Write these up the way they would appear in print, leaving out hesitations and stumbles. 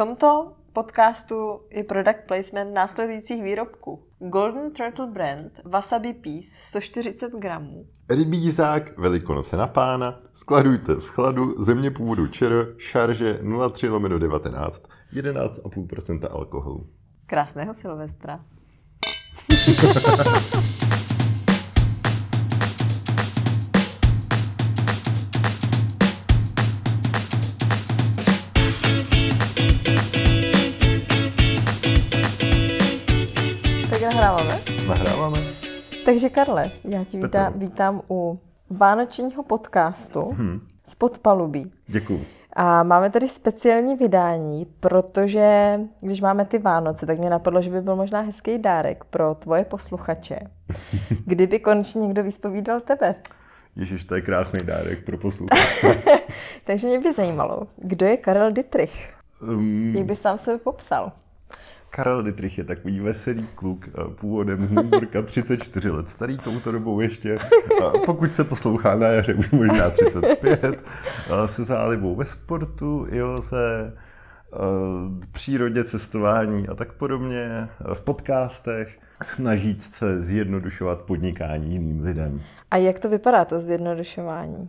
tomto podcastu je product placement následujících výrobků. Golden Turtle Brand, Wasabi Peace, 140 gramů. Rybí jízák, Velikonoce na pána, skladujte v chladu, země původu ČR, šarže 03/19, 11,5% alkoholu. Krásného Silvestra. Nahráváme. Takže Karle, já ti vítám u vánočního podcastu z Podpalubí. Děkuju. A máme tady speciální vydání, protože když máme ty Vánoce, tak mě napadlo, že by byl možná hezký dárek pro tvoje posluchače, kdyby konečně někdo vyspovídal tebe. Ježiš, to je krásný dárek pro posluchače. Takže mě by zajímalo, kdo je Karel Dittrich? Jak bys sám sebe popsal? Karel Dittrich je takový veselý kluk, původem z Nymburka, 34 let starý, touto dobou ještě, pokud se poslouchá na jaře, už možná 35, se zálibou ve sportu, se přírodě, cestování a tak podobně, v podcastech, snažit se zjednodušovat podnikání jiným lidem. A jak to vypadá, to zjednodušování?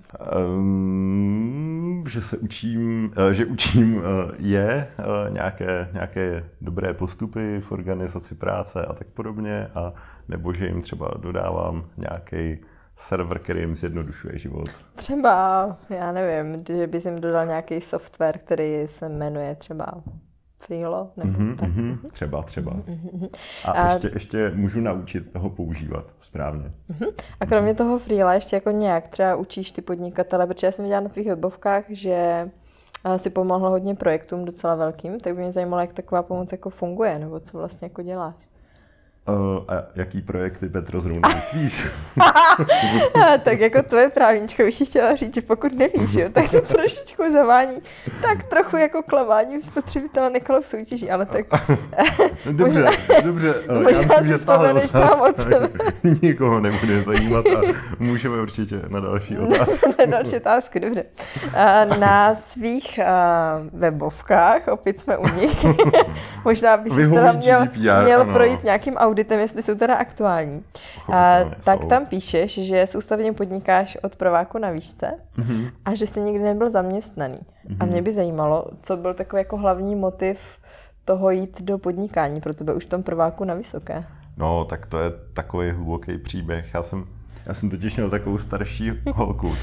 Že učím nějaké dobré postupy v organizaci práce a tak podobně, a nebo že jim třeba dodávám nějaký server, který jim zjednodušuje život. Třeba, já nevím, že bys jim dodal nějaký software, který se jmenuje třeba Freelo, nebo tak. Třeba. A ještě můžu naučit ho používat správně. A kromě toho Freela ještě jako nějak třeba učíš ty podnikatele, protože já jsem viděla na tvých webovkách, že si pomohl hodně projektům docela velkým, tak by mě zajímalo, jak taková pomoc jako funguje, nebo co vlastně jako děláš. A jaký projekty, Petro, zrovna myslíš? Tak jako tvoje právničko bych chtěla říct, že pokud nevíš, tak to trošičku zavání tak trochu jako klamáním spotřebitele nekalou soutěží, ale tak... Dobře. Možná si vzpomeneš sám od sebe. Nikoho nebude zajímat a můžeme určitě na další otázku. Na další otázku, dobře. Na svých webovkách, opět jsme u nich, možná bys teda měl projít nějakým auditem, jestli jsou teda aktuální. Tak tam píšeš, že soustavně podnikáš od prváku na výšce a že jsi nikdy nebyl zaměstnaný. A mě by zajímalo, co byl takový jako hlavní motiv toho jít do podnikání pro tebe už v tom prváku na vysoké. No, tak to je takový hluboký příběh. Já jsem totiž měl takovou starší holku.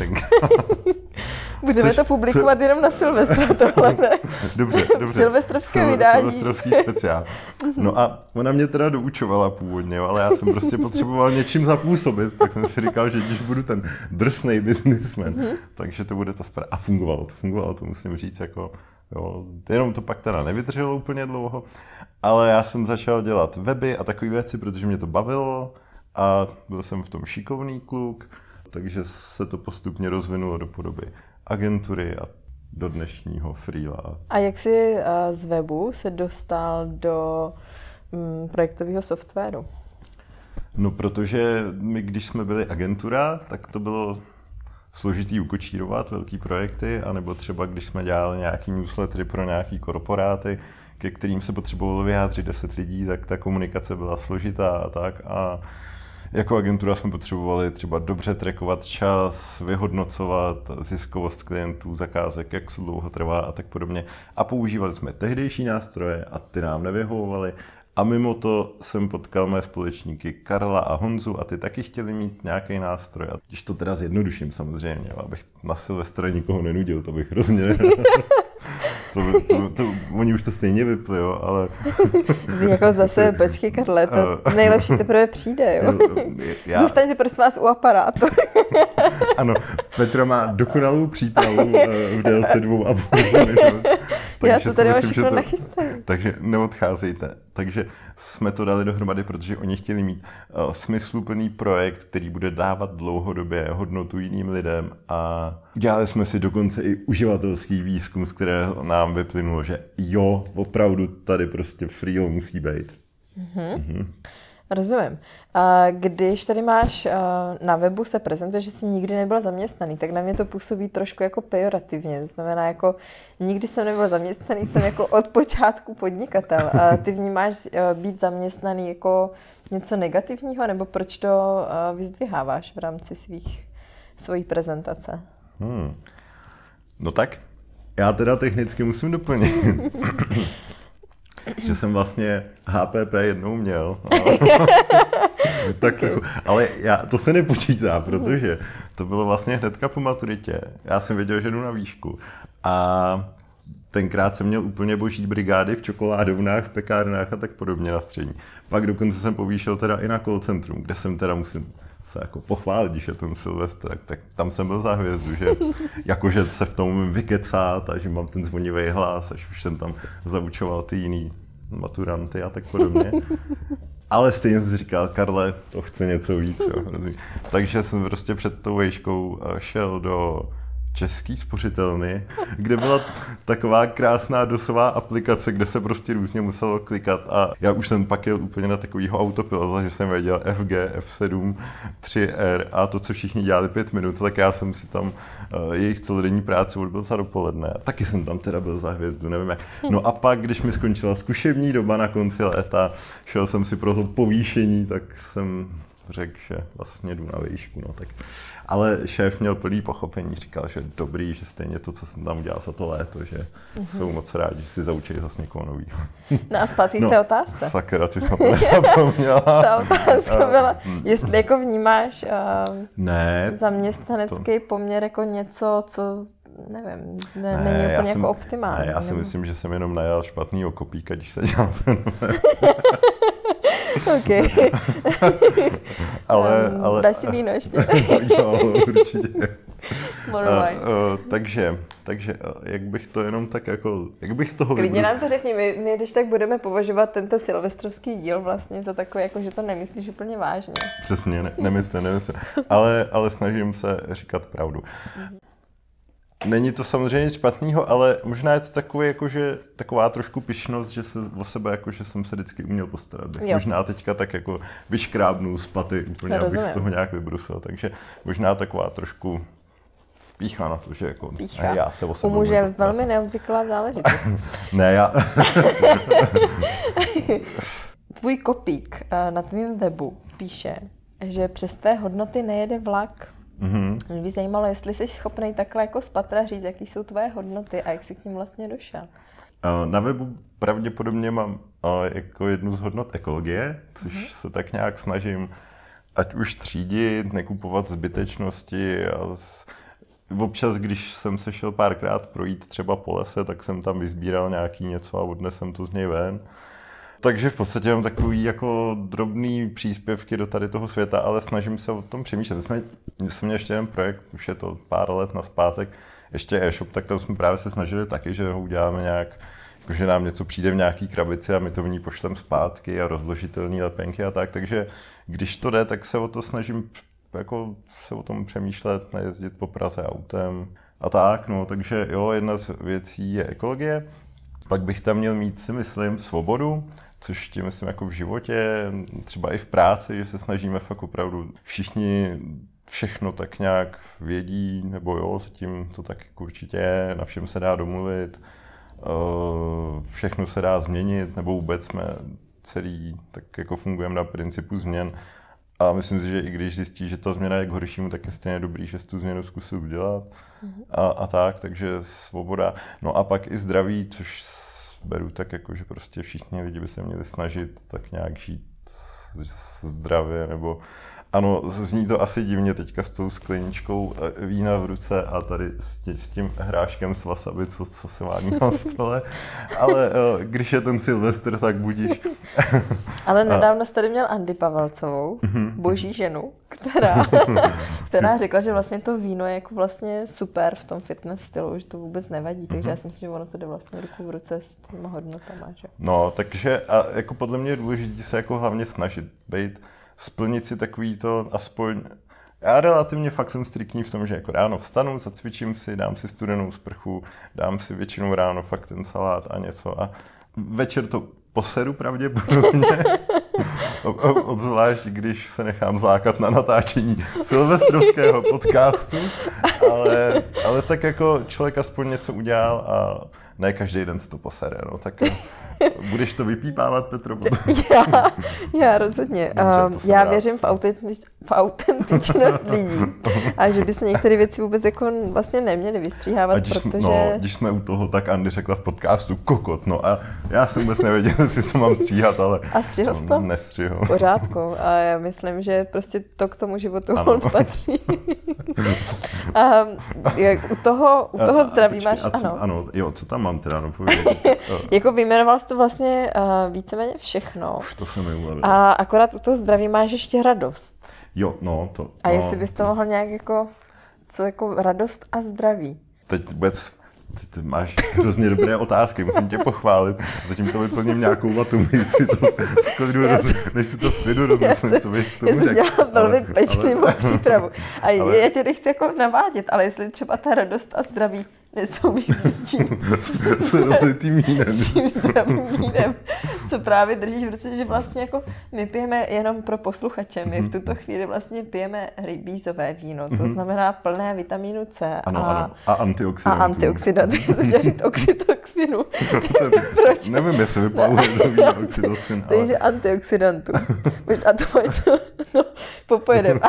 Budeme to publikovat jenom na Silvestra, tohle ne? Dobře. Silvestrovské vydání. Silvestrovský speciál. No a ona mě teda doučovala původně, ale já jsem prostě potřeboval něčím zapůsobit, tak jsem si říkal, že když budu ten drsnej businessman, takže to bude to správně. A fungovalo to, musím říct, jako, jo, jenom to pak teda nevydrželo úplně dlouho, ale já jsem začal dělat weby a takové věci, protože mě to bavilo a byl jsem v tom šikovný kluk, takže se to postupně rozvinulo do podoby agentury a do dnešního freela. A jak jsi z webu se dostal do projektového softwaru? No, protože my, když jsme byli agentura, tak to bylo složitý ukočírovat velký projekty, anebo třeba když jsme dělali nějaký newslettery pro nějaký korporáty, ke kterým se potřebovalo vyjádřit 10 lidí, tak ta komunikace byla složitá a tak. A jako agentura jsme potřebovali třeba dobře trackovat čas, vyhodnocovat ziskovost klientů, zakázek, jak se dlouho trvá a tak podobně. A používali jsme tehdejší nástroje a ty nám nevyhovovaly. A mimo to jsem potkal mé společníky Karla a Honzu a ty taky chtěli mít nějaký nástroj. A když to teda zjednoduším samozřejmě, abych na Silvestra nikoho nenudil, to bych hrozně... Oni už to stejně vypli, jo, ale... Jako zase, počkej Karle, to nejlepší teprve přijde, jo. Zůstaňte prosím vás u aparátu. Ano, Petra má dokonalou přípravu v délce 2,5 minut. Já to tady mám všechno nachystané. Takže neodcházejte. Takže jsme to dali dohromady, protože oni chtěli mít smysluplný projekt, který bude dávat dlouhodobě hodnotu jiným lidem, a dělali jsme si dokonce i uživatelský výzkum, z kterého nám vyplynulo, že jo, opravdu tady prostě Freelo musí být. Rozumím. Když tady máš na webu se prezentuje, že jsi nikdy nebyl zaměstnaný, tak na mě to působí trošku jako pejorativně. To znamená, jako nikdy jsem nebyl zaměstnaný, jsem jako od počátku podnikatel. Ty vnímáš být zaměstnaný jako něco negativního, nebo proč to vyzdviháváš v rámci svojí prezentace? No tak, já teda technicky musím doplnit. Že jsem vlastně HPP jednou měl. Ale to se nepočítá, protože to bylo vlastně hnedka po maturitě. Já jsem věděl, že jdu na výšku. A tenkrát jsem měl úplně boží brigády v čokoládovnách, v pekárnách a tak podobně na střední. Pak dokonce jsem povýšel teda i na call centrum, kde jsem teda musím se jako pochválit, když je ten Silvestr, tak tam jsem byl za hvězdu, že jakože se v tom umím vykecát a že mám ten zvonivý hlas, až už jsem tam zaučoval ty jiný maturanty a tak podobně. Ale stejně jsem si říkal, Karle, to chce něco víc. Jo. Takže jsem prostě před tou vejškou šel do Český spořitelny, kde byla taková krásná dosová aplikace, kde se prostě různě muselo klikat a já už jsem pak jel úplně na takovýho autopilota, že jsem věděl FG, F7, 3R a to, co všichni dělali 5 minut, tak já jsem si tam jejich celodenní práci odbyl za dopoledne a taky jsem tam teda byl za hvězdu, nevím jak. No a pak, když mi skončila zkušební doba na konci léta, šel jsem si pro to povýšení, tak jsem řekl, že vlastně jdu na výšku, no tak. Ale šéf měl plný pochopení, říkal, že dobrý, že stejně to, co jsem tam udělal za to léto, že jsou moc rádi, že si zaučí zase někoho novýho. No a zpátky k té otázce. Sakra, ty jsi na to nezapomněla. Ta otázka byla, jestli jako vnímáš zaměstnanecký poměr jako něco, co nevím, není úplně jako optimální. Ne, já si myslím, že jsem jenom najal špatnýho kopíka, když se dělal ten OK. ale... Daj si víno ještě. Jo, určitě. Takže jak bych to jenom tak jako, jak bych z toho klidně nám to řekni, my když tak budeme považovat tento silvestrovský díl vlastně za takový, jako že to nemyslíš úplně vážně. Přesně, nemyslím. Ale snažím se říkat pravdu. Není to samozřejmě nic špatného, ale možná je to takový, jakože, taková trošku pyšnost, že se o sebe, jakože jsem se vždycky uměl postarat. Možná teďka tak jako vyškrábnu z paty úplně, abych z toho nějak vybrusil. Takže možná taková trošku pícha na to, že jako já se o sebe u muže je velmi neobvyklá záležitost. Ne, já... Tvůj kopík na tvém webu píše, že přes tvé hodnoty nejede vlak. Mě by zajímalo, jestli jsi schopný takhle jako z patra říct, jaký jsou tvoje hodnoty a jak jsi k ním vlastně došel. Na webu pravděpodobně mám jako jednu z hodnot ekologie, což se tak nějak snažím ať už třídit, nekupovat zbytečnosti a občas, když jsem se šel párkrát projít třeba po lese, tak jsem tam vysbíral nějaký něco a odnesem to z něj ven. Takže v podstatě mám takový jako drobný příspěvky do tady toho světa, ale snažím se o tom přemýšlet. Jsem měl ještě jeden projekt, už je to pár let nazpátek, ještě e-shop, tak tam jsme právě se snažili taky, že ho uděláme nějak, že nám něco přijde v nějaký krabici a my to v ní pošlem zpátky a rozložitelné lepenky a tak. Takže když to jde, tak se o to snažím jako se o tom přemýšlet, nejezdit po Praze autem a tak. No, takže jo, jedna z věcí je ekologie. Pak bych tam měl mít, si myslím, svobodu, což tím myslím jako v životě, třeba i v práci, že se snažíme fakt opravdu všichni všechno tak nějak vědí, nebo jo, zatím to tak určitě je, na všem se dá domluvit, všechno se dá změnit, nebo vůbec jsme celý tak jako fungujeme na principu změn. A myslím si, že i když zjistí, že ta změna je k horšímu, tak je stejně dobrý, že tu změnu zkusil udělat a tak, takže svoboda. No a pak i zdraví, což beru tak jako, že prostě všichni lidi by se měli snažit tak nějak žít zdravě, nebo ano, zní to asi divně teďka s tou skleničkou vína v ruce a tady s tím hráškem s wasabi, co se vání na stole, ale když je ten Silvestr, tak budíš. Ale nedávno jsi tady měl Andy Pavelcovou, boží ženu, která řekla, že vlastně to víno je jako vlastně super v tom fitness stylu, že to vůbec nevadí, takže já si myslím, že ono to jde vlastně ruku v ruce s těma hodnotama. Že? No, takže a jako podle mě je důležité se jako hlavně snažit splnit si takový to aspoň, já relativně fakt jsem striktní v tom, že jako ráno vstanu, zacvičím si, dám si studenou sprchu, dám si většinou ráno fakt ten salát a něco a večer to poseru pravděpodobně, Obzvlášť, když se nechám zlákat na natáčení silvestrovského podcastu, ale tak jako člověk aspoň něco udělal a ne každý den se to posere, no, tak budeš to vypípávat, Petro? Já rozhodně. Já věřím v autentičnost lidí a že by se některé věci vůbec jako vlastně neměly vystříhávat, protože... Když jsme u toho, tak Andy řekla v podcastu kokot, no a já jsem vůbec nevěděl, jestli to mám stříhat, ale... A stříhl jsi to? Nestříhl. V pořádku. A já myslím, že prostě to k tomu životu hold patří. U toho zdraví máš, ano. Jo, co tam mám teda, no jako vyjmenoval jsi to vlastně víceméně všechno. Už to se mi ulevilo. A akorát u toho zdraví máš ještě radost. Jo, no to... A jestli bys to mohl nějak jako, co jako radost a zdraví? Teď vůbec, ty máš hrozně dobré otázky, musím tě pochválit. Zatím to vyplním nějakou vatu, než si to v klidu rozmyslím, co bych k tomu řekl. Já jsem dělala velmi pečlivou přípravu. A já tě nechci jako navádět, ale jestli třeba ta radost a zdraví nesouvisí s tím. S rozlitým vínem. S tím zdravým vínem, co právě držíš v ruce, že vlastně jako my pijeme jenom pro posluchače, my v tuto chvíli vlastně pijeme rybízové víno, to znamená plné vitamínu C a antioxidantů. A antioxidantů, to chtěla říct oxytoxinu. Proč? Nevím, jestli vyplavuje to víno oxytocin. Takže antioxidantů. A to máš to, no, popojedem.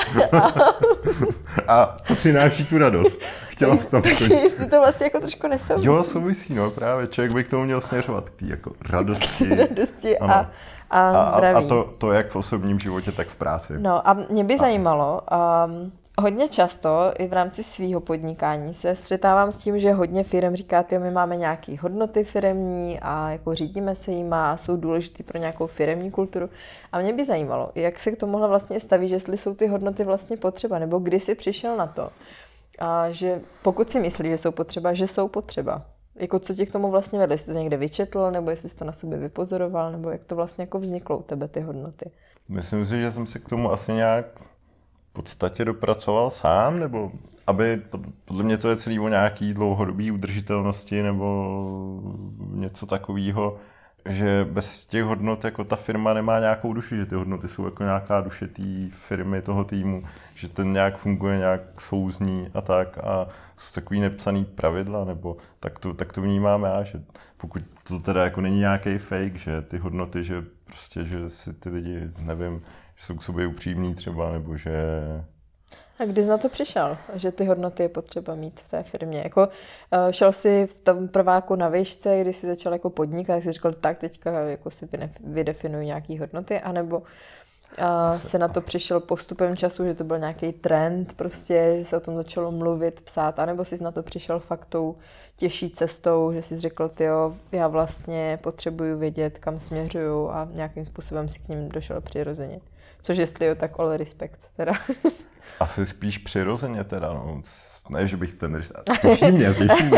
A to přináší tu radost. Takže jestli to vlastně jako trošku nesouvisí. Jo, souvisí, no právě. Člověk by k tomu měl směřovat, k té jako radosti. A zdraví. A to jak v osobním životě, tak v práci. No a mě by zajímalo, hodně často i v rámci svého podnikání se střetávám s tím, že hodně firem říká, my máme nějaké hodnoty firemní a jako řídíme se jima a jsou důležité pro nějakou firemní kulturu. A mě by zajímalo, jak se k tomuhle vlastně staví, že jestli jsou ty hodnoty vlastně potřeba, nebo kdy jsi přišel na to, a že pokud si myslíš, že jsou potřeba, že jsou potřeba. Jako co tě k tomu vlastně vedlo? Jestli jsi to někde vyčetl, nebo jestli jsi to na sobě vypozoroval, nebo jak to vlastně jako vzniklo u tebe, ty hodnoty? Myslím si, že jsem se k tomu asi nějak v podstatě dopracoval sám, nebo podle mě to je celý o nějaký dlouhodobý udržitelnosti, nebo něco takového, že bez těch hodnot jako ta firma nemá nějakou duši, že ty hodnoty jsou jako nějaká duše té firmy, toho týmu, že ten nějak funguje, nějak souzní a tak a jsou takový nepsaný pravidla, nebo tak to vnímám já, že pokud to teda jako není nějaký fake, že ty hodnoty, že prostě, že si ty lidi, nevím, že jsou k sobě upřímní třeba, nebo že... A kdy jsi na to přišel, že ty hodnoty je potřeba mít v té firmě? Jako, šel jsi v tom prváku na výšce, kdy jsi začal jako podnikat, jak jsi říkal, tak teďka jako si vydefinuji nějaké hodnoty, anebo se na to přišel postupem času, že to byl nějaký trend, prostě, že se o tom začalo mluvit, psát, anebo jsi na to přišel fakt tou těžší cestou, že jsi řekl, tyjo, já vlastně potřebuju vědět, kam směřuju a nějakým způsobem si k ním došel přirozeně. Což jestli jo, tak all respect teda. Asi spíš přirozeně teda, no. Ne, že bych těší mě,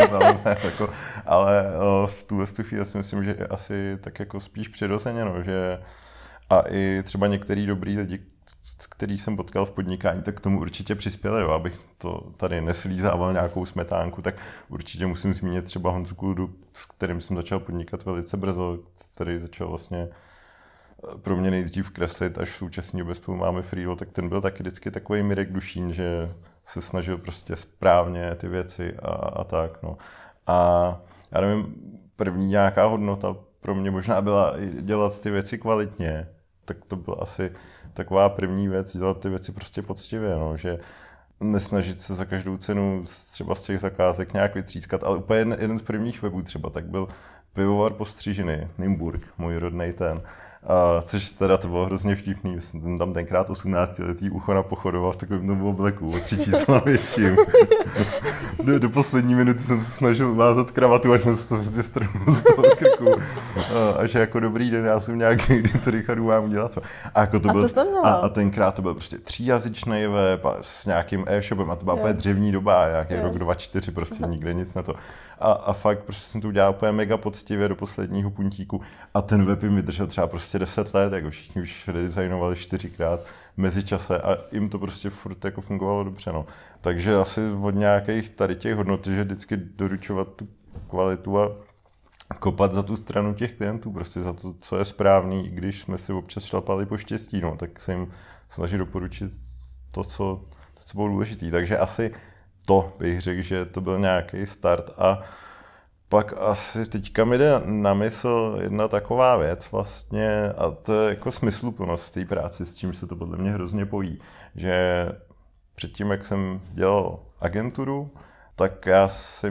ale v tuhle chvíli si myslím, že asi tak jako spíš přirozeně, no, že a i třeba některý dobrý lidi, který jsem potkal v podnikání, tak k tomu určitě přispěli, jo. Abych to tady neslízával nějakou smetánku, tak určitě musím zmínit třeba Honzu Kuldu, s kterým jsem začal podnikat velice brzo, který začal vlastně pro mě nejdřív kreslit, až v současné době spolu máme Freelo, tak ten byl taky vždycky takový Mirek Dušín, že se snažil prostě správně ty věci a tak, no. A já nevím, první nějaká hodnota pro mě možná byla dělat ty věci kvalitně, tak to byla asi taková první věc, dělat ty věci prostě poctivě, no, že nesnažit se za každou cenu třeba z těch zakázek nějak vytřískat, ale úplně jeden z prvních webů třeba, tak byl pivovar Postřižiny, Nymburk, můj rodnej ten. Což teda to bylo hrozně vtipný, jsem tam tenkrát 18letý ucho napochodoval v takovém novém obleku, o 3 čísla větším. Do poslední minuty jsem se snažil vázat kravatu, až jsem se to vlastně strhnul z toho krku. A že jako dobrý den, já jsem nějaký, kdy to Richardu mám dělat. A, jako to byl, a tenkrát to byl prostě 3jazyčný web s nějakým e-shopem a to byla úplně dřevní doba, nějaký rok 2004, prostě nikde nic na to. A fakt prostě jsem to udělal úplně mega poctivě do posledního puntíku a ten web jim vydržel třeba prostě 10 let, jako všichni už redesignovali 4krát v mezičase a jim to prostě furt jako fungovalo dobře, no. Takže asi od nějakých tady těch hodnot, že vždycky doručovat tu kvalitu a kopat za tu stranu těch klientů, prostě za to, co je správný, když jsme si občas šlapali po štěstí, no, tak se jim snaží doporučit to, co bylo důležité. Takže asi to bych řekl, že to byl nějaký start. A pak asi teďka mi jde na mysl jedna taková věc vlastně, a to je jako smysluplnost v té práci, s čím se to podle mě hrozně pojí, že předtím, jak jsem dělal agenturu, tak já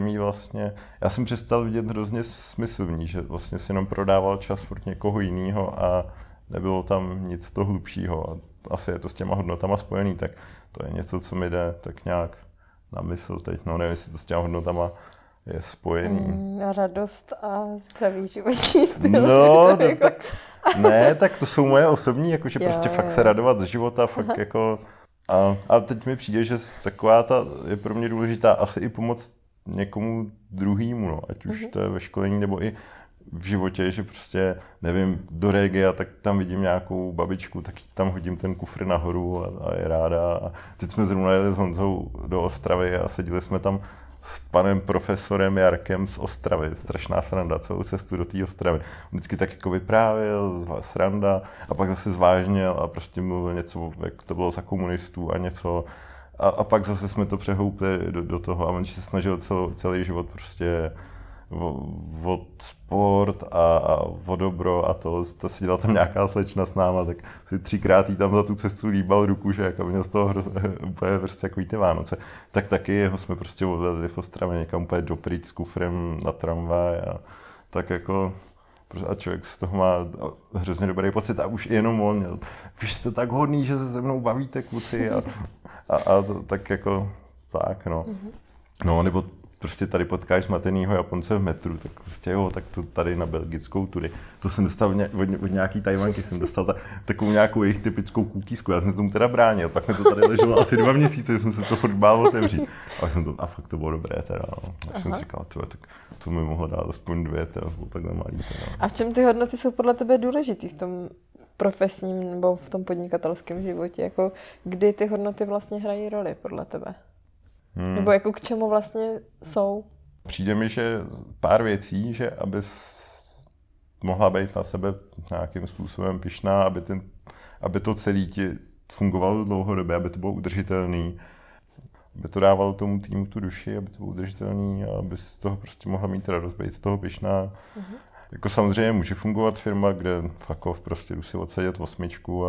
jsem přestal vidět hrozně smysl v ní, že vlastně si jenom prodával čas pro někoho jiného a nebylo tam nic toho hlubšího. A asi je to s těma hodnotama spojený, tak to je něco, co mi jde tak nějak na mysl teď. No nevím, jestli to s těma hodnotama je spojený. Radost a zdravý životní styl. No tak, ne, tak to jsou moje osobní, jakože prostě fakt se radovat z života, fakt jako... A teď mi přijde, že taková ta je pro mě důležitá asi i pomoct někomu druhýmu, no, ať už to je ve školení nebo i v životě, že prostě, nevím, do Regia, tak tam vidím nějakou babičku, tak tam hodím ten kufr nahoru a je ráda. A teď jsme zrovna jeli s Honzou do Ostravy a seděli jsme tam s panem profesorem Jarkem z Ostravy. Strašná sranda celou cestu do té Ostravy. Vždycky tak jako vyprávěl, sranda, a pak zase zvážněl a prostě mluvil něco, jak to bylo za komunistů a něco. A pak zase jsme to přehoupli do toho a on se snažil celý život prostě o sport a o dobro a to seděla tam nějaká slečna s náma, tak si 3krát jí tam za tu cestu líbal ruku, že jako měl z toho úplně prostě jako ty Vánoce. Tak taky jeho jsme prostě odvezli v Ostravě někam úplně dopryč s kufrem na tramvaj a tak jako a člověk z toho má hrozně dobrý pocit a už jenom on měl, víš, jste tak hodný, že se mnou bavíte, kluci a tak jako tak no. No nebo prostě tady potkáš zmatenýho Japonce v metru, tak prostě jo, tak to tady na belgickou tudy. To jsem dostal od nějaký Tajvanky, jsem dostal takovou nějakou jejich typickou kukísku, já jsem se tomu teda bránil, pak mi to tady leželo asi 2 měsíce, jsem se to furt bál otevřít. A fakt to bylo dobré teda, no. Tak jsem si říkal, tak to mi mohlo dát aspoň 2, teda bylo takhle malý. Teda. A v čem ty hodnoty jsou podle tebe důležitý v tom profesním nebo v tom podnikatelském životě? Jako, kdy ty hodnoty vlastně hrají roli podle tebe? Nebo jako k čemu vlastně jsou? Přijde mi, že pár věcí, že abys mohla být na sebe nějakým způsobem pyšná, aby to celé ti fungovalo dlouhodobě, aby to bylo udržitelný, aby to dávalo tomu týmu tu duši, aby to bylo udržitelný a aby z toho prostě mohla mít radost, být z toho pyšná. Jako samozřejmě může fungovat firma, kde fuck off, prostě jdu si odsedět 8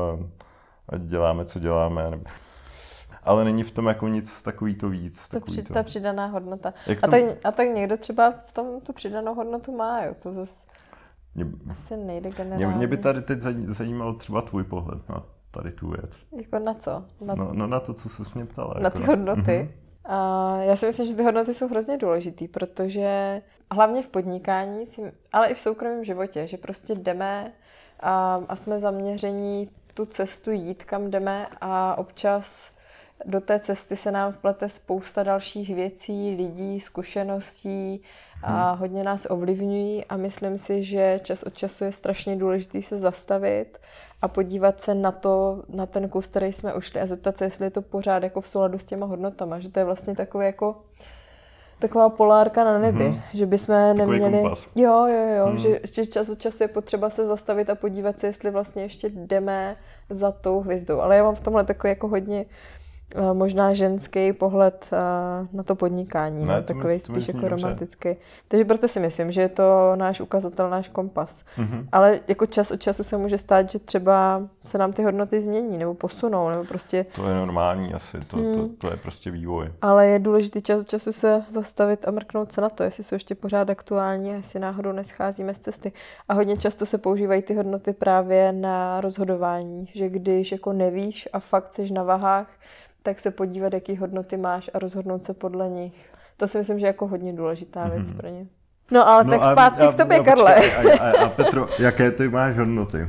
a děláme, co děláme. Ale není v tom jako nic takovýto víc. Ta přidaná hodnota. A tak někdo třeba v tom tu přidanou hodnotu má, jo. To zase asi nejde generálně. Mě by tady teď zajímal třeba tvůj pohled na tady tu věc. Jako na co? Na to, co jsi mě ptala. Na ty hodnoty. A já si myslím, že ty hodnoty jsou hrozně důležitý, protože hlavně v podnikání, ale i v soukromém životě, že prostě jdeme a jsme zaměření tu cestu jít, kam jdeme a občas do té cesty se nám vplete spousta dalších věcí, lidí, zkušeností a hodně nás ovlivňují a myslím si, že čas od času je strašně důležitý se zastavit a podívat se na ten kus, který jsme ušli a zeptat se, jestli je to pořád jako v souladu s těma hodnotama, že to je vlastně takové jako taková polárka na nebi, že bychom neměli... Kompas. Jo, že čas od času je potřeba se zastavit a podívat se, jestli vlastně ještě jdeme za tou hvězdou. Ale já mám v tomhle takový jako hodně možná ženský pohled na to podnikání, ne, takový spíš jako romantický. Takže proto si myslím, že je to náš ukazatel, náš kompas. Ale jako čas od času se může stát, že třeba se nám ty hodnoty změní nebo posunou, nebo prostě... To je normální asi, to je prostě vývoj. Ale je důležité čas od času se zastavit a mrknout se na to, jestli jsou ještě pořád aktuální a jestli náhodou nescházíme z cesty. A hodně často se používají ty hodnoty právě na rozhodování, že když jako nevíš a fakt seš na vahách, tak se podívat, jaký hodnoty máš a rozhodnout se podle nich. To si myslím, že je jako hodně důležitá věc pro ně. No ale tak zpátky k tobě, Karle. A Petro, jaké ty máš hodnoty?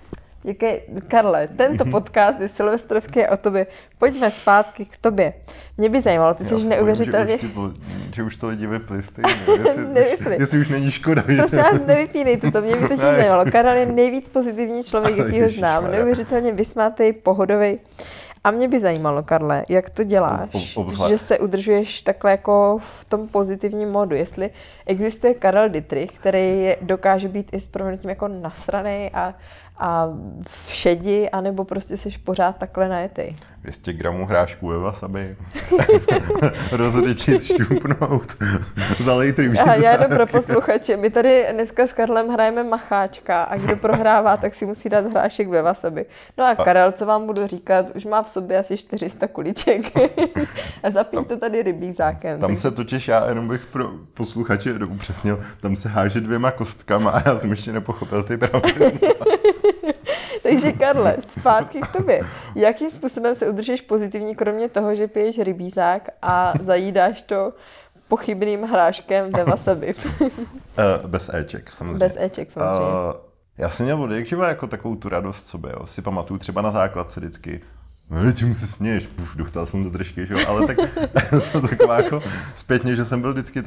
Karle, tento podcast je silvestrovský o tobě. Pojďme zpátky k tobě. Mě by zajímalo, ty jsi neuvěřitelně... Že už to lidi vypli jestli už není škoda. Prosím vás, nevypínejte to, mě by to zajímalo. Karel je nejvíc pozitivní člověk, jakýho znám. Neuvěřitelně vysmátej, pohodovej. A mě by zajímalo, Karle, jak to děláš, že se udržuješ takhle jako v tom pozitivním modu. Jestli existuje Karel Dittrich, který dokáže být i s proměnutím jako nasranej a v šedi, anebo prostě jsi pořád takhle najetej. 200 gramů hrášku ve wasabi, rozryčit, šťupnout, zalejt rybí. Já jenom pro posluchače, my tady dneska s Karlem hrajeme macháčka a kdo prohrává, tak si musí dát hrášek ve wasabi. No a Karel, co vám budu říkat, už má v sobě asi 400 kuliček a zapít to tady rybízákem. Tam se totiž, já jenom bych pro posluchače upřesnil, tam se háže 2 kostkama a já jsem ještě nepochopil ty pravidla. Takže Karle, zpátky k tobě. Jakým způsobem se udržíš pozitivní, kromě toho, že piješ rybízák a zajídáš to pochybným hráškem ve wasabi? Bez éček, samozřejmě. Bez éček, samozřejmě. Já jsem měl od jakživa jako takovou tu radost sobě, jo. Si pamatuju třeba na základce vždycky, čemu se směješ? Dochtal jsem do držky, že jo? Ale tak to taková jako zpětně, že jsem byl vždycky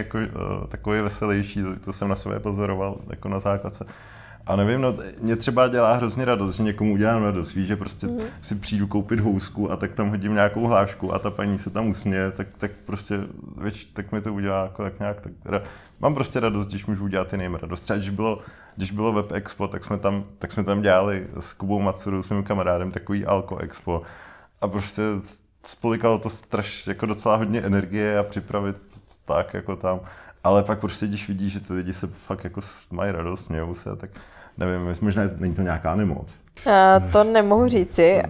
takový veselější, to jsem na sobě pozoroval jako na základce. A nevím, no, mě třeba dělá hrozně radost, že někomu udělám radost, víš, že prostě si přijdu koupit housku a tak tam hodím nějakou hlášku a ta paní se tam usměje, tak prostě, tak mi to udělá jako tak nějak, mám prostě radost, když můžu udělat jiným radost. Třeba když bylo Web Expo, tak jsme tam dělali s Kubou Matsurou, s mým kamarádem, takový Alko Expo a prostě spolikalo to strašně, jako docela hodně energie a připravit tak jako tam. Ale pak prostě, když vidíš, že ty lidi se fakt jako mají radost, smějou se, tak nevím, možná není to nějaká nemoc. To nemohu říci.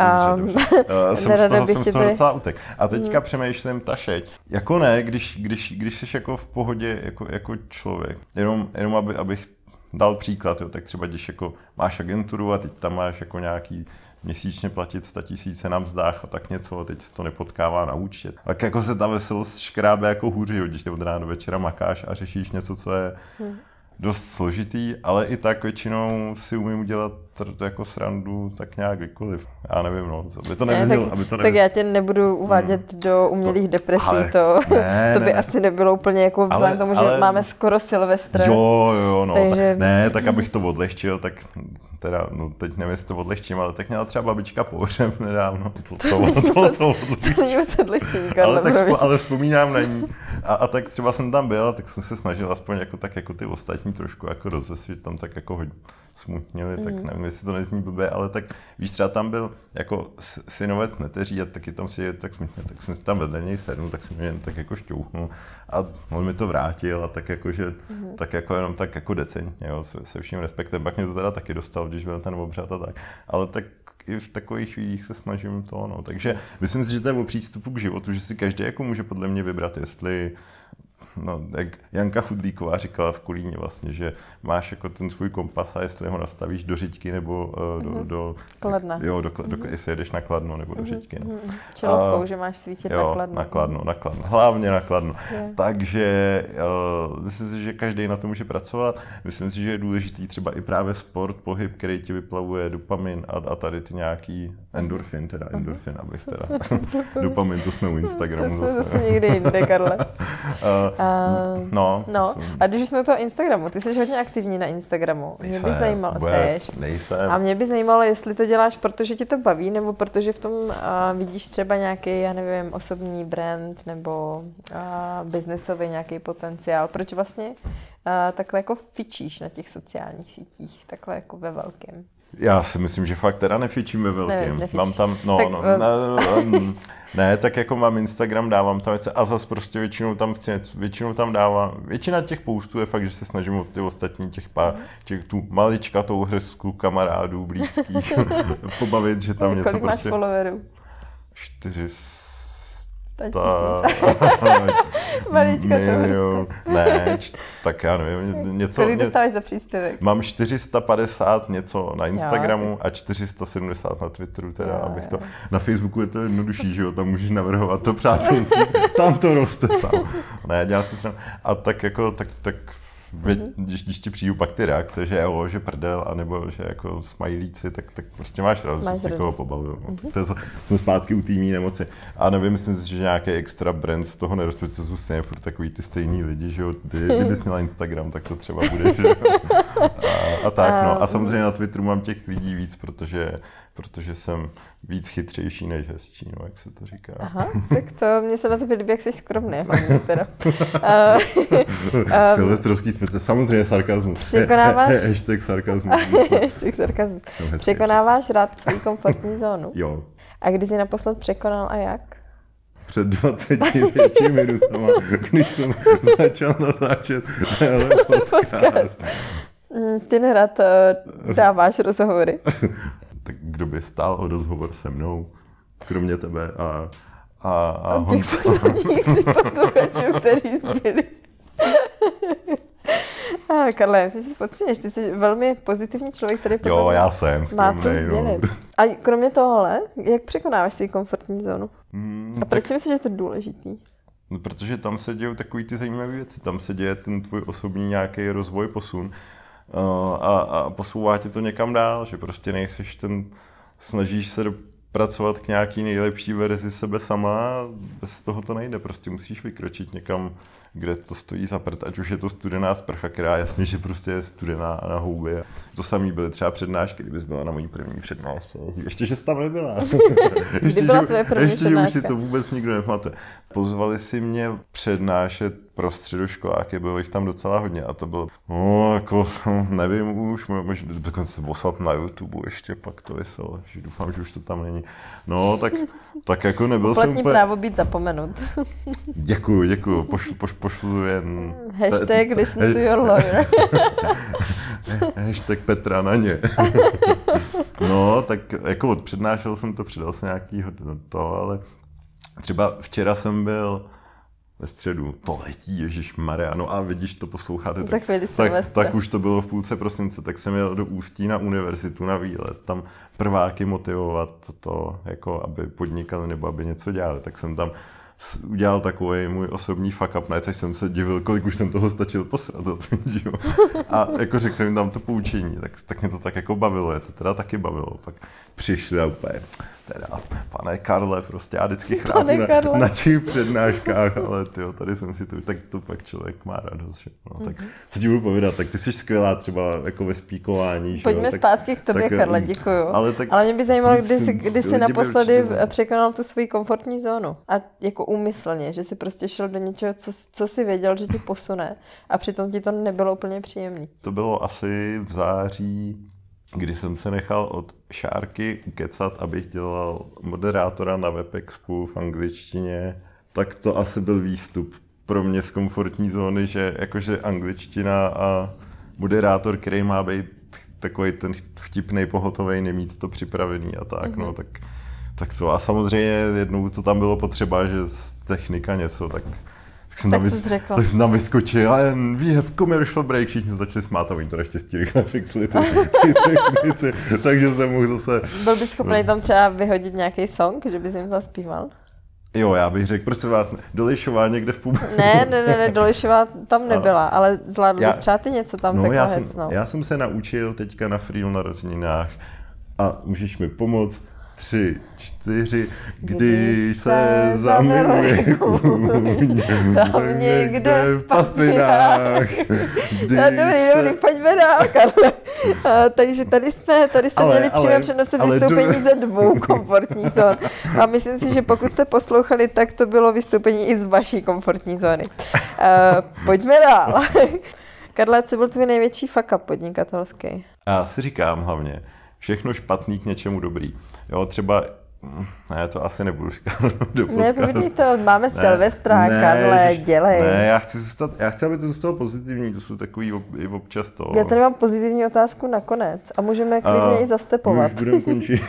Jsem z toho docela utek. A teďka přemýšlím ta šeť. Jako ne, když jsi jako v pohodě jako člověk. Jenom abych dal příklad, jo, tak třeba když jako máš agenturu a teď tam máš jako nějaký měsíčně platit 100 000 na mzdách a tak něco, teď to nepotkává na účtě. Tak jako se ta veselost škrábe jako hůři, když od rána do večera makáš a řešíš něco, co je dost složitý, ale i tak většinou si umím udělat jako srandu tak nějak kdykoliv. Já nevím, no, aby to nevyznělo. Tak já tě nebudu uvádět do umělých depresí, to by asi nebylo úplně jako vzhledem tomu, že máme skoro Silvestr. Jo, no, takže... tak abych to odlehčil, tak teda, no teď nevím, jestli to odlehčím, ale tak měla třeba babička pohřeb nedávno. To odlehčení, ale vzpomínám na ní. A tak třeba jsem tam byl, tak jsem se snažil aspoň jako ty ostatní trošku jako rozesvět, tam tak jako hodně smutnili, tak nevím, jestli to nezní blbě, ale tak víš, třeba tam byl jako synovec neteří a taky tam si je tak smutně, tak jsem si tam vedle něj sednul, tak jsem mě jen tak jako šťouchnul a on mi to vrátil a tak jako, že tak jako jenom tak jako decentně, jo, se vším respektem, pak mě to teda taky dostal, když byl ten obřad a tak, ale tak i v takových chvílích se snažím to, no, takže myslím si, že to je o přístupu k životu, že si každý jako může podle mě vybrat, jestli no, jak Janka Fudlíková říkala v Kolíně vlastně, že máš jako ten svůj kompas a jestli ho nastavíš do Řiďky nebo do Kladna. Jestli jedeš na Kladno nebo do Řiďky. No. Čelovkou, že máš svítit na Kladno. Na Kladno. Hlavně na Kladno. Takže myslím si, že každý na to může pracovat. Myslím si, že je důležitý třeba i právě sport, pohyb, který ti vyplavuje dopamin a tady ty nějaký endorfin, abych teda. Dopamin, to jsme u Instagramu zase. To jsme zase někdy jinde, Karle. No. A když jsme u toho Instagramu, ty jsi hodně aktivní na Instagramu. Mě by zajímalo, nejsem. A mě by zajímalo, jestli to děláš, protože tě to baví, nebo protože v tom vidíš třeba nějaký, já nevím, osobní brand nebo biznesový nějaký potenciál. Proč vlastně takhle jako fičíš na těch sociálních sítích, takhle jako ve velkém? Já si myslím, že fakt teda nefičím ve velkém. Mám tam, ne, tak jako mám Instagram, dávám tam věci a zase prostě většinou tam dávám, většina těch postů je fakt, že se snažím o ty ostatní tu maličkatou hrsku kamarádů, blízkých pobavit, že tam něco Kolik prostě... máš followerů? 400 Malička to ne, tak já nevím, něco... Kolik dostáváš za příspěvek? Mám 450 něco na Instagramu a 470 na Twitteru, teda, abych to... Na Facebooku je to jednodušší, že jo, tam můžeš navrhovat to přátelství, tam to roste sám. Ne, dělám si srandu. A tak jako, tak když ti přijdu pak ty reakce, že jo, že prdel, anebo že jako smajlíci, tak prostě máš radost, že jsi někoho pobavil. Jsme zpátky u týmí nemoci. A nevím, myslím si, že nějaký extra brand z toho neroste, co jsou stejně furt takový ty stejný lidi, že jo. Kdybys měla Instagram, tak to třeba bude, že a tak, no. A samozřejmě na Twitteru mám těch lidí víc, protože jsem víc chytřejší než hezčí, no, jak se to říká. Aha, tak to, mně se na to líbí, jak jsi skromný, hlavně teda. Silvestrovský smysl, samozřejmě sarkazmus. Překonáváš... Hashtag sarkazmus. Hashtag sarkazmus. Překonáváš rád svou komfortní zónu? Jo. A kdy jsi naposled překonal a jak? Před 25 minutama, když jsem začal natáčet tenhle podcast. Ty nerad dáváš rozhovory? Tak kdo by stál o rozhovor se mnou, kromě tebe a těch posledních 3 posluchačů, kteří zbyli. Karle, myslím, že se podceníš, ty jsi velmi pozitivní člověk, který jo, já jsem má co sdělit. A kromě tohohle, jak překonáváš svou komfortní zónu? A proč si myslíš, že to je důležitý? No, protože tam se dějou takový ty zajímavé věci, tam se děje ten tvůj osobní nějaký rozvoj, posun a posouvá tě to někam dál, že prostě nejseš snažíš se pracovat k nějaký nejlepší verzi sebe sama, bez toho to nejde, prostě musíš vykročit někam, kde to stojí za prd, ať už je to studená sprcha, která jasně, že prostě je studená a na houby. To samý byly třeba přednášky, kdybys byla na mojí první přednášce. Ještě, že jsi tam nebyla. Kdy byla tvoje první přednáška? Už si to vůbec nikdo nepamatuje. Pozvali si mě přednášet pro středoškoláky, bylo jich tam docela hodně a to bylo, nevím už, možná dokonce se poslat na YouTube ještě, pak to vysel, že doufám, že už to tam není. No, tak jako nebyl jsem úplně... právo být zapomenut. Děkuju, pošlu jen... Hashtag listen to your lawyer. Hashtag Petra na ně. No, tak jako přednášel jsem to, přidal jsem nějaký to, ale třeba včera jsem byl ve středu, to letí, ježišmarja, no a vidíš, to posloucháte, tak už to bylo v půlce prosince, tak jsem jel do Ústí na univerzitu na výlet, tam prváky motivovat to, jako aby podnikali nebo aby něco dělali, tak jsem tam udělal takový můj osobní fuck up, což jsem se divil, kolik už jsem toho stačil posrat za ten život. A jako řekl jim tam to poučení, tak mě to tak jako bavilo, je to teda taky bavilo. Pak přišli a úplně, teda, pane Karle, prostě já vždycky chrápu na těch přednáškách, ale tyjo, tady jsem si to, tak to pak člověk má radost, že? No, tak co ti budu povídat, tak ty jsi skvělá třeba jako ve spíkování. Pojďme zpátky k tobě, Karle, děkuju. Ale mě by zajímalo, kdy jsi naposledy překonal tu svoji komfortní zónu. A jako úmyslně, že jsi prostě šel do něčeho, co jsi věděl, že tě posune a přitom ti to nebylo úplně příjemné. To bylo asi v září, kdy jsem se nechal od Šárky ukecat, abych dělal moderátora na WebExpu v angličtině, tak to asi byl výstup pro mě z komfortní zóny, že jakože angličtina a moderátor, který má být takový ten vtipnej, pohotovej, nemít to připravený a tak, no, tak co. A samozřejmě jednou to tam bylo potřeba, že z technika něco, tak jsem tam vyskočil, and we have commercial break, všichni se začali smát a oni to naštěstí rychle fixli ty technici, takže jsem mohl zase... Byl bys schopný tam třeba vyhodit nějaký song, že bys jim zaspíval? Jo, já bych řekl, proč se vás Dolejšová někde v půl... Ne, Dolejšová tam nebyla, ale zvládl bys třeba ty něco tam takhle hecnout. Já jsem se naučil teďka na free narozeninách a můžeš mi pomoct. 3, 4, když se zamiluje tam někde v pastvinách. Dobrý, pojďme dál, Karle. Takže tady jste měli přímé přenose vystoupení ze 2 komfortních zón. A myslím si, že pokud jste poslouchali, tak to bylo vystoupení i z vaší komfortní zóny. Pojďme dál. Karle, co byl tvůj největší fuck up podnikatelský? Já si říkám hlavně, všechno špatný k něčemu dobrý. Jo, třeba, ne, to asi nebudu říkat do podcastu. Nepovídej to, máme Silvestra, Karle, dělej. Ne, já chci, aby to zůstalo pozitivní, to jsou takový občas to. Já tady mám pozitivní otázku nakonec a můžeme klidně i zastepovat. Už budeme končit.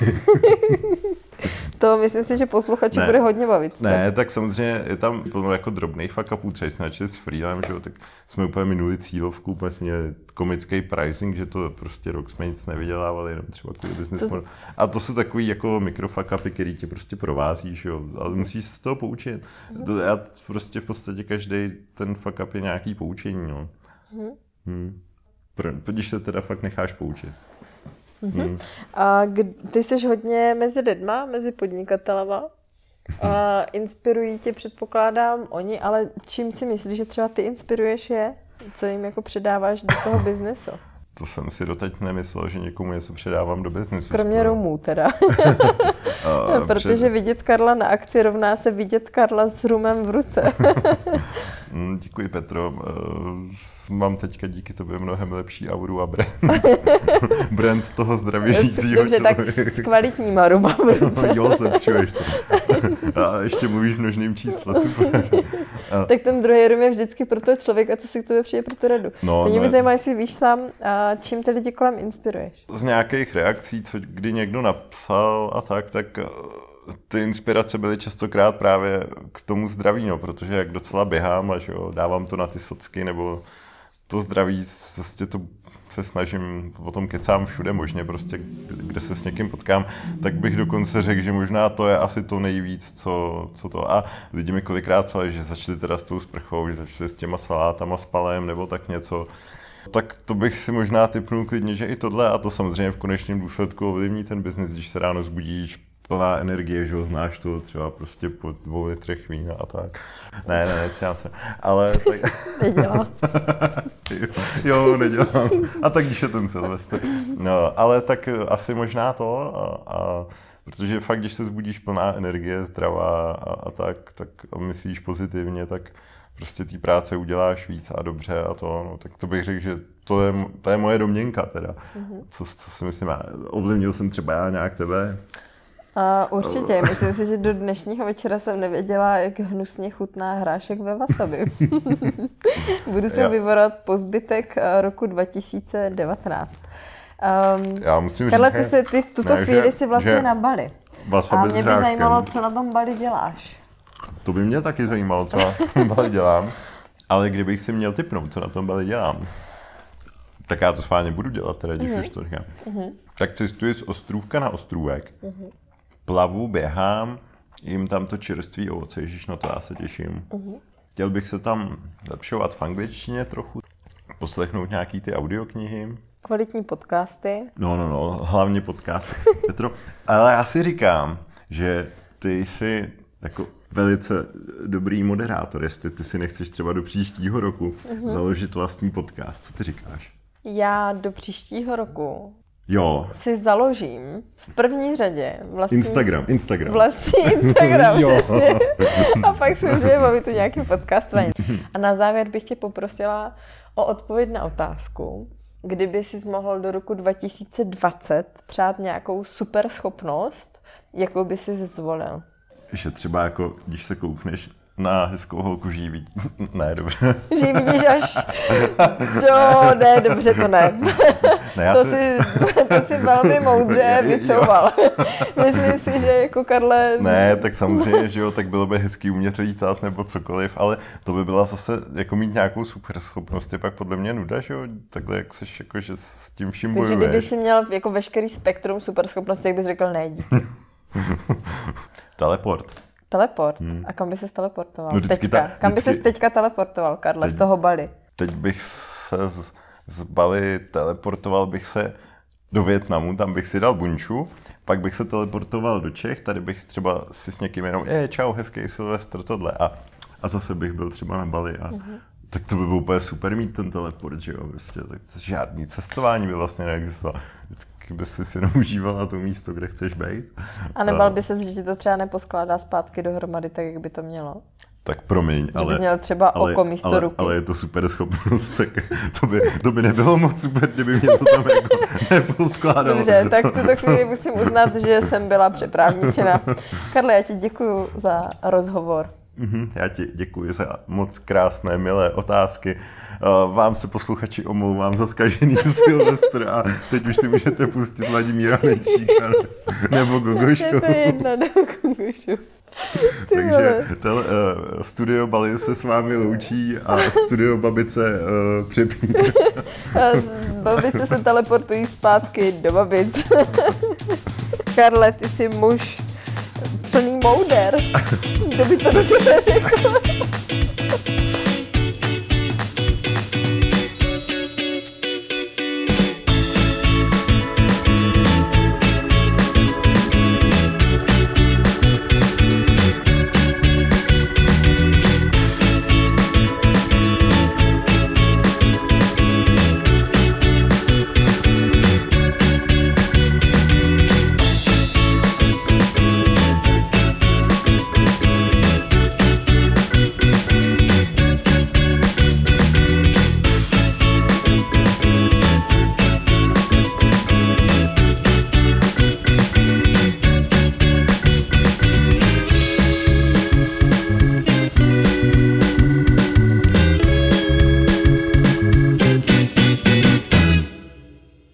To myslím si, že posluchači bude hodně bavit. Ne, tak samozřejmě je tam plno jako drobných fuck upů, třeba jsme načali s Freelem, že jo, tak jsme úplně minuli cílovku, úplně jsme měli komický pricing, že to prostě rok jsme nic nevydělávali, jenom třeba kvůli business model. A to jsou takový jako mikrofuck upy, který tě prostě provází, že jo, ale musíš se z toho poučit. Já prostě v podstatě každý ten fuck up je nějaký poučení, no. Když se teda fakt necháš poučit. A ty jsi hodně mezi lidma, mezi podnikatelama. A inspirují tě, předpokládám, oni, ale čím si myslíš, že třeba ty inspiruješ je? Co jim jako předáváš do toho biznesu? To jsem si doteď nemyslel, že někomu něco předávám do biznesu. Kromě rumů teda. Protože vidět Karla na akci rovná se vidět Karla s rumem v ruce. Děkuji, Petro. Mám teďka díky tobě mnohem lepší auru a brand toho zdravějícího člověka. Dobře, tak s kvalitníma ruma v ruce. Jo, zlepšuješ to. A ještě mluvíš v množným čísle, super. Tak ten druhý rum je vždycky pro toho člověka, co si k tobě přijde pro tu radu. Mě by zajímalo, jestli víš sám, čím ty lidi kolem inspiruješ. Z nějakých reakcí, co kdy někdo napsal a tak ty inspirace byly častokrát právě k tomu zdraví, no, protože jak docela běhám a že jo, dávám to na ty socky, nebo to zdraví, prostě to se snažím, o tom kecám všude možně, prostě kde se s někým potkám, tak bych dokonce řekl, že možná to je asi to nejvíc, co to. A lidi mi kolikrát psali, že začali teda s tou sprchou, že začali s těma salátama, s palem nebo tak něco. Tak to bych si možná tipnul klidně, že i tohle, a to samozřejmě v konečném důsledku ovlivní ten biznis, když se ráno zbudíš plná energie, že ho znáš to třeba prostě po 2 litrech vína a tak. Ne, já se, ale tak... Nedělám. Jo, nedělám. A tak když je ten Silvestr. No, ale tak asi možná to, protože fakt, když se zbudíš plná energie, zdravá a tak myslíš pozitivně, tak prostě té práce uděláš víc a dobře a to, no, tak to bych řekl, že to je moje domněnka teda. Co si myslím, ovlivnil jsem třeba já nějak tebe? Určitě, myslím si, že do dnešního večera jsem nevěděla, jak hnusně chutná hrášek ve wasabi. Budu se vyvorat po zbytek roku 2019. Já musím Karle, ty v tuto chvíli si vlastně na Bali. A mě by zajímalo, co na tom Bali děláš. To by mě taky zajímalo, co na tom Bali dělám, ale kdybych si měl tipnout, co na tom Bali dělám, tak já to s vámi budu dělat, teda, když už to říkám. Tak cestuji z ostrůvka na ostrůvek, plavu, běhám, jim tam to čerství ovoce, ježiš, no to já se těším. Chtěl bych se tam zlepšovat v angličtině trochu, poslechnout nějaký ty audioknihy. Kvalitní podcasty. No, hlavně podcasty, Petro. Ale já si říkám, že ty jsi jako velice dobrý moderátor, jestli ty si nechceš třeba do příštího roku založit vlastní podcast. Co ty říkáš? Já do příštího roku si založím v první řadě vlastní... Instagram. Vlastní Instagram, přesně. A pak si můžeme bavit o nějakým podcastování. A na závěr bych tě poprosila o odpověď na otázku, kdyby jsi mohl do roku 2020 přát nějakou super schopnost, jakou by si zvolil? Že třeba jako, když se koukneš na hezkou holku, že ji vidíš... Ne, dobře. Že ji vidíš až ne, dobře, to ne. To si velmi moudře vycouval. Myslím si, že jako Karle... Ne, tak samozřejmě, že jo, tak bylo by hezký umět lítat nebo cokoliv, ale to by byla zase, jako mít nějakou super schopnost, je pak podle mě nuda, že jo, takhle jak seš, jako, že s tím vším bojuješ. Takže kdyby jsi měl jako veškerý spektrum super schopností, jak bys řekl ne, díky. Teleport. A kam by ses teleportoval? No kam by ses teďka teleportoval, Karle, z toho Bali? Teď bych se z Bali teleportoval bych se do Vietnamu, tam bych si dal bunču, pak bych se teleportoval do Čech, tady bych třeba si s někým jenom, čau, hezký Silvestr, tohle, a zase bych byl třeba na Bali a tak to by bylo úplně super mít ten teleport, že jo, prostě, tak žádný cestování by vlastně neexistovalo. By si jenom užívala to místo, kde chceš být. A nebal by se, že ti to třeba neposkládá zpátky dohromady tak, jak by to mělo? Tak promiň, že bys měl třeba oko místo ruky. Ale je to super schopnost, tak to by nebylo moc super, kdyby mě to tam jako neposkládalo. Dobře, tak v tuto chvíli musím uznat, že jsem byla přeprávničena. Karle, já ti děkuju za rozhovor. Já ti děkuji za moc krásné, milé otázky. Vám se posluchači omlouvám za zkažený Silvestr a teď už si můžete pustit Vladimíra Menšíka nebo Gogošu. Je to jedno, nebo Gogošu. Takže Studio Bali se s vámi loučí a Studio Babice přepíjí. Babice se teleportují zpátky do babic. Karle, ty jsi muž plný mouder. Kdo by to dobře řekl?